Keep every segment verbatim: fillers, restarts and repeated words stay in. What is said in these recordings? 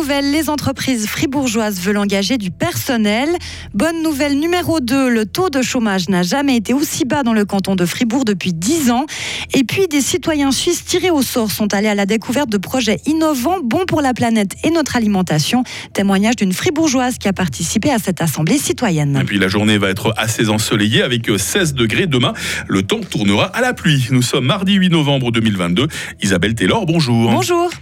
nouvelle, les entreprises fribourgeoises veulent engager du personnel. Bonne nouvelle numéro deux, le taux de chômage n'a jamais été aussi bas dans le canton de Fribourg depuis dix ans. Et puis, des citoyens suisses tirés au sort sont allés à la découverte de projets innovants, bons pour la planète et notre alimentation. Témoignage d'une fribourgeoise qui a participé à cette assemblée citoyenne. Et puis, la journée va être assez ensoleillée avec seize degrés. Demain, le temps tournera à la pluie. Nous sommes mardi huit novembre deux mille vingt-deux. Isabelle Taylor, bonjour. Bonjour.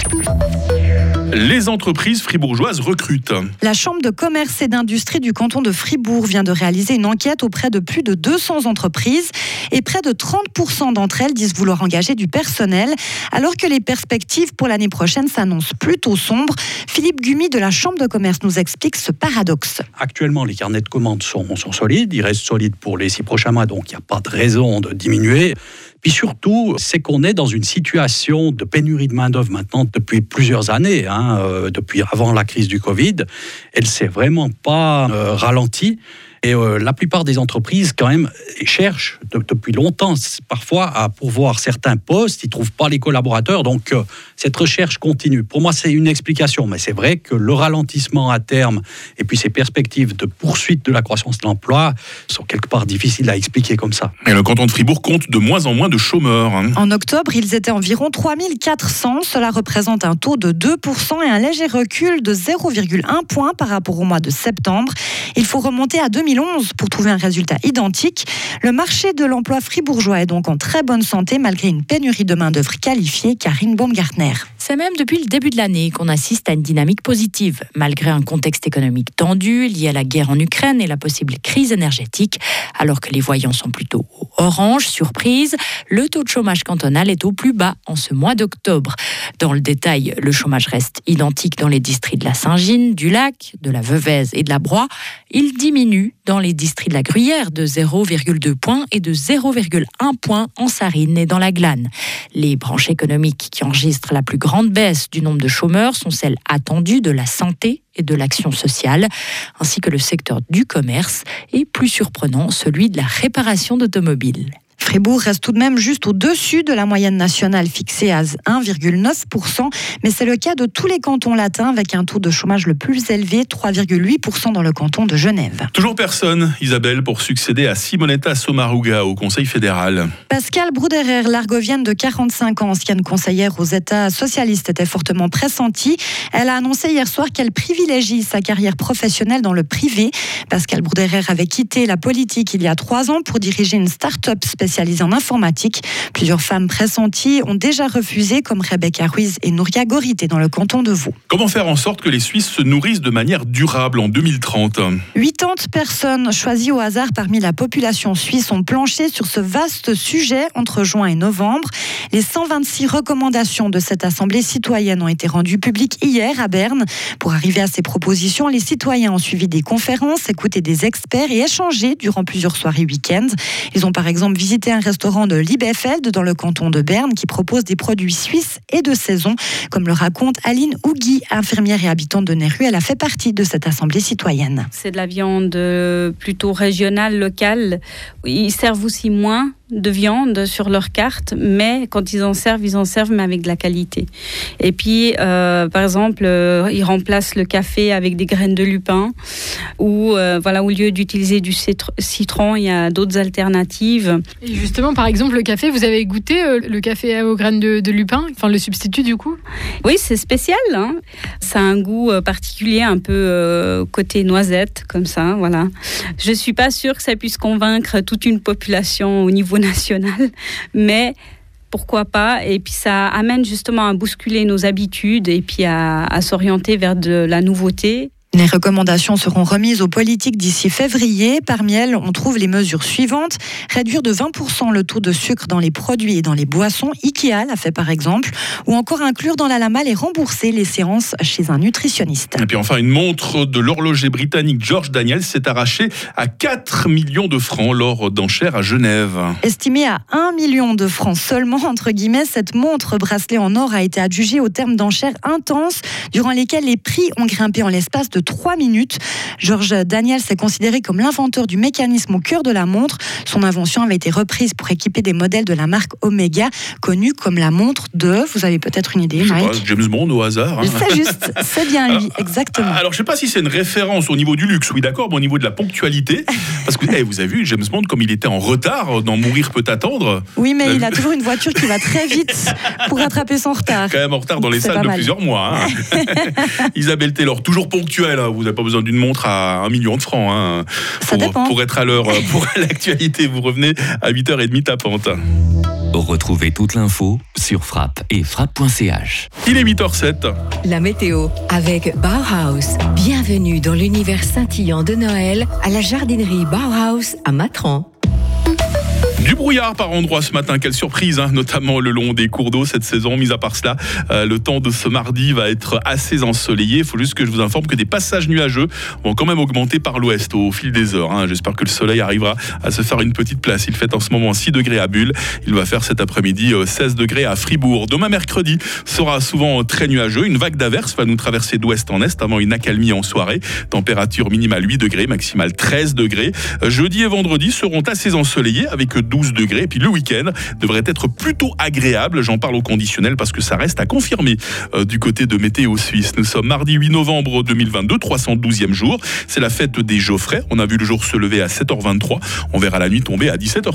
Les entreprises fribourgeoises recrutent. La Chambre de commerce et d'industrie du canton de Fribourg vient de réaliser une enquête auprès de plus de deux cents entreprises et près de trente pour cent d'entre elles disent vouloir engager du personnel alors que les perspectives pour l'année prochaine s'annoncent plutôt sombres. Philippe Gumi de la Chambre de commerce nous explique ce paradoxe. Actuellement, les carnets de commandes sont, sont solides, ils restent solides pour les six prochains mois, donc il n'y a pas de raison de diminuer. Puis surtout, c'est qu'on est dans une situation de pénurie de main-d'œuvre maintenant depuis plusieurs années, hein, euh, depuis avant la crise du Covid. Elle ne s'est vraiment pas euh, ralentie. Et euh, la plupart des entreprises, quand même, cherchent de, depuis longtemps, parfois, à pourvoir certains postes. Ils ne trouvent pas les collaborateurs. Donc, euh, cette recherche continue. Pour moi, c'est une explication. Mais c'est vrai que le ralentissement à terme et puis ces perspectives de poursuite de la croissance de l'emploi sont quelque part difficiles à expliquer comme ça. Et le canton de Fribourg compte de moins en moins de chômeurs. Hein. En octobre, ils étaient environ trois mille quatre cents. Cela représente un taux de deux pour cent et un léger recul de zéro virgule un point par rapport au mois de septembre. Il faut remonter à deux mille onze pour trouver un résultat identique. Le marché de l'emploi fribourgeois est donc en très bonne santé malgré une pénurie de main-d'œuvre qualifiée. Karine Baumgartner. C'est même depuis le début de l'année qu'on assiste à une dynamique positive, malgré un contexte économique tendu lié à la guerre en Ukraine et la possible crise énergétique. Alors que les voyants sont plutôt au orange, surprise, le taux de chômage cantonal est au plus bas en ce mois d'octobre. Dans le détail, le chômage reste identique dans les districts de la Saint-Gine, du Lac, de la Veuvez et de la Broye. Il diminue dans les districts de la Gruyère de zéro virgule deux points et de zéro virgule un point en Sarine et dans la Glane. Les branches économiques qui enregistrent la plus grande baisse du nombre de chômeurs sont celles attendues de la santé et de l'action sociale, ainsi que le secteur du commerce et, plus surprenant, celui de la réparation d'automobiles. Fribourg reste tout de même juste au-dessus de la moyenne nationale fixée à un virgule neuf pour cent, mais c'est le cas de tous les cantons latins avec un taux de chômage le plus élevé, trois virgule huit pour cent dans le canton de Genève. Toujours personne, Isabelle, pour succéder à Simonetta Sommaruga au Conseil fédéral. Pascale Bruderer, l'argovienne de quarante-cinq ans, ancienne conseillère aux États socialistes, était fortement pressentie. Elle a annoncé hier soir qu'elle privilégie sa carrière professionnelle dans le privé. Pascale Bruderer avait quitté la politique il y a trois ans pour diriger une start-up spécialisée en informatique. Plusieurs femmes pressenties ont déjà refusé, comme Rebecca Ruiz et Nouria Gorité dans le canton de Vaud. Comment faire en sorte que les Suisses se nourrissent de manière durable en deux mille trente ? quatre-vingt-dix personnes choisies au hasard parmi la population suisse ont planché sur ce vaste sujet entre juin et novembre. Les cent vingt-six recommandations de cette assemblée citoyenne ont été rendues publiques hier à Berne. Pour arriver à ces propositions, les citoyens ont suivi des conférences, écouté des experts et échangé durant plusieurs soirées week-ends. Ils ont par exemple visité un restaurant de Liebefeld dans le canton de Berne qui propose des produits suisses et de saison, comme le raconte Aline Hougui, infirmière et habitante de Néru. Elle a fait partie de cette assemblée citoyenne. C'est de la viande plutôt régionale, locale. Ils servent aussi moins de viande sur leur carte, mais quand ils en servent, ils en servent mais avec de la qualité. Et puis, euh, par exemple, euh, ils remplacent le café avec des graines de lupin, ou euh, voilà, au lieu d'utiliser du citron, il y a d'autres alternatives. Et justement, par exemple, le café, vous avez goûté euh, le café aux graines de, de lupin, enfin le substitut du coup ? Oui, c'est spécial, hein. Ça a un goût euh, particulier, un peu euh, côté noisette, comme ça, voilà. Je suis pas sûre que ça puisse convaincre toute une population au niveau national, mais pourquoi pas, et puis ça amène justement à bousculer nos habitudes et puis à, à s'orienter vers de la nouveauté. Les recommandations seront remises aux politiques d'ici février. Parmi elles, on trouve les mesures suivantes. Réduire de vingt pour cent le taux de sucre dans les produits et dans les boissons. Ikea l'a fait par exemple. Ou encore inclure dans la LAMAL et rembourser les séances chez un nutritionniste. Et puis enfin, une montre de l'horloger britannique George Daniels s'est arrachée à quatre millions de francs lors d'enchères à Genève. Estimée à un million de francs seulement, entre guillemets, cette montre bracelet en or a été adjugée au terme d'enchères intenses durant lesquelles les prix ont grimpé en l'espace de trois minutes. George Daniels est considéré comme l'inventeur du mécanisme au cœur de la montre. Son invention avait été reprise pour équiper des modèles de la marque Omega, connue comme la montre de... Vous avez peut-être une idée, je sais Mike? pas, James Bond au hasard. Hein. C'est juste, c'est bien lui, alors, exactement. Alors, je sais pas si c'est une référence au niveau du luxe, oui d'accord, mais au niveau de la ponctualité, parce que hey, vous avez vu James Bond comme il était en retard dans Mourir peut attendre. Oui, mais il a toujours une voiture qui va très vite pour rattraper son retard. Quand même en retard dans les C'est salles de mal. plusieurs mois. Hein. Isabelle Taylor, toujours ponctuelle, hein. Vous n'avez pas besoin d'une montre à un million de francs. Hein. Ça pour, dépend. Pour être à l'heure, pour l'actualité, vous revenez à huit heures trente tapante. Retrouvez toute l'info sur Frappe et frappe point c h. Il est huit heures zéro sept. La météo avec Bauhaus. Bienvenue dans l'univers scintillant de Noël à la jardinerie Bauhaus à Matran. Du brouillard par endroits ce matin, quelle surprise, hein, notamment le long des cours d'eau cette saison. Mis à part cela, euh, le temps de ce mardi va être assez ensoleillé. Il faut juste que je vous informe que des passages nuageux vont quand même augmenter par l'ouest au fil des heures. Hein. J'espère que le soleil arrivera à se faire une petite place. Il fait en ce moment six degrés à Bulle. Il va faire cet après-midi seize degrés à Fribourg. Demain mercredi sera souvent très nuageux. Une vague d'averses va nous traverser d'ouest en est avant une accalmie en soirée. Température minimale huit degrés, maximale treize degrés. Jeudi et vendredi seront assez ensoleillés avec douze degrés. Et puis le week-end devrait être plutôt agréable. J'en parle au conditionnel parce que ça reste à confirmer euh, du côté de Météo Suisse. Nous sommes mardi huit novembre deux mille vingt-deux, trois cent douzième jour. C'est la fête des Geoffrey. On a vu le jour se lever à sept heures vingt-trois. On verra la nuit tomber à dix-sept heures.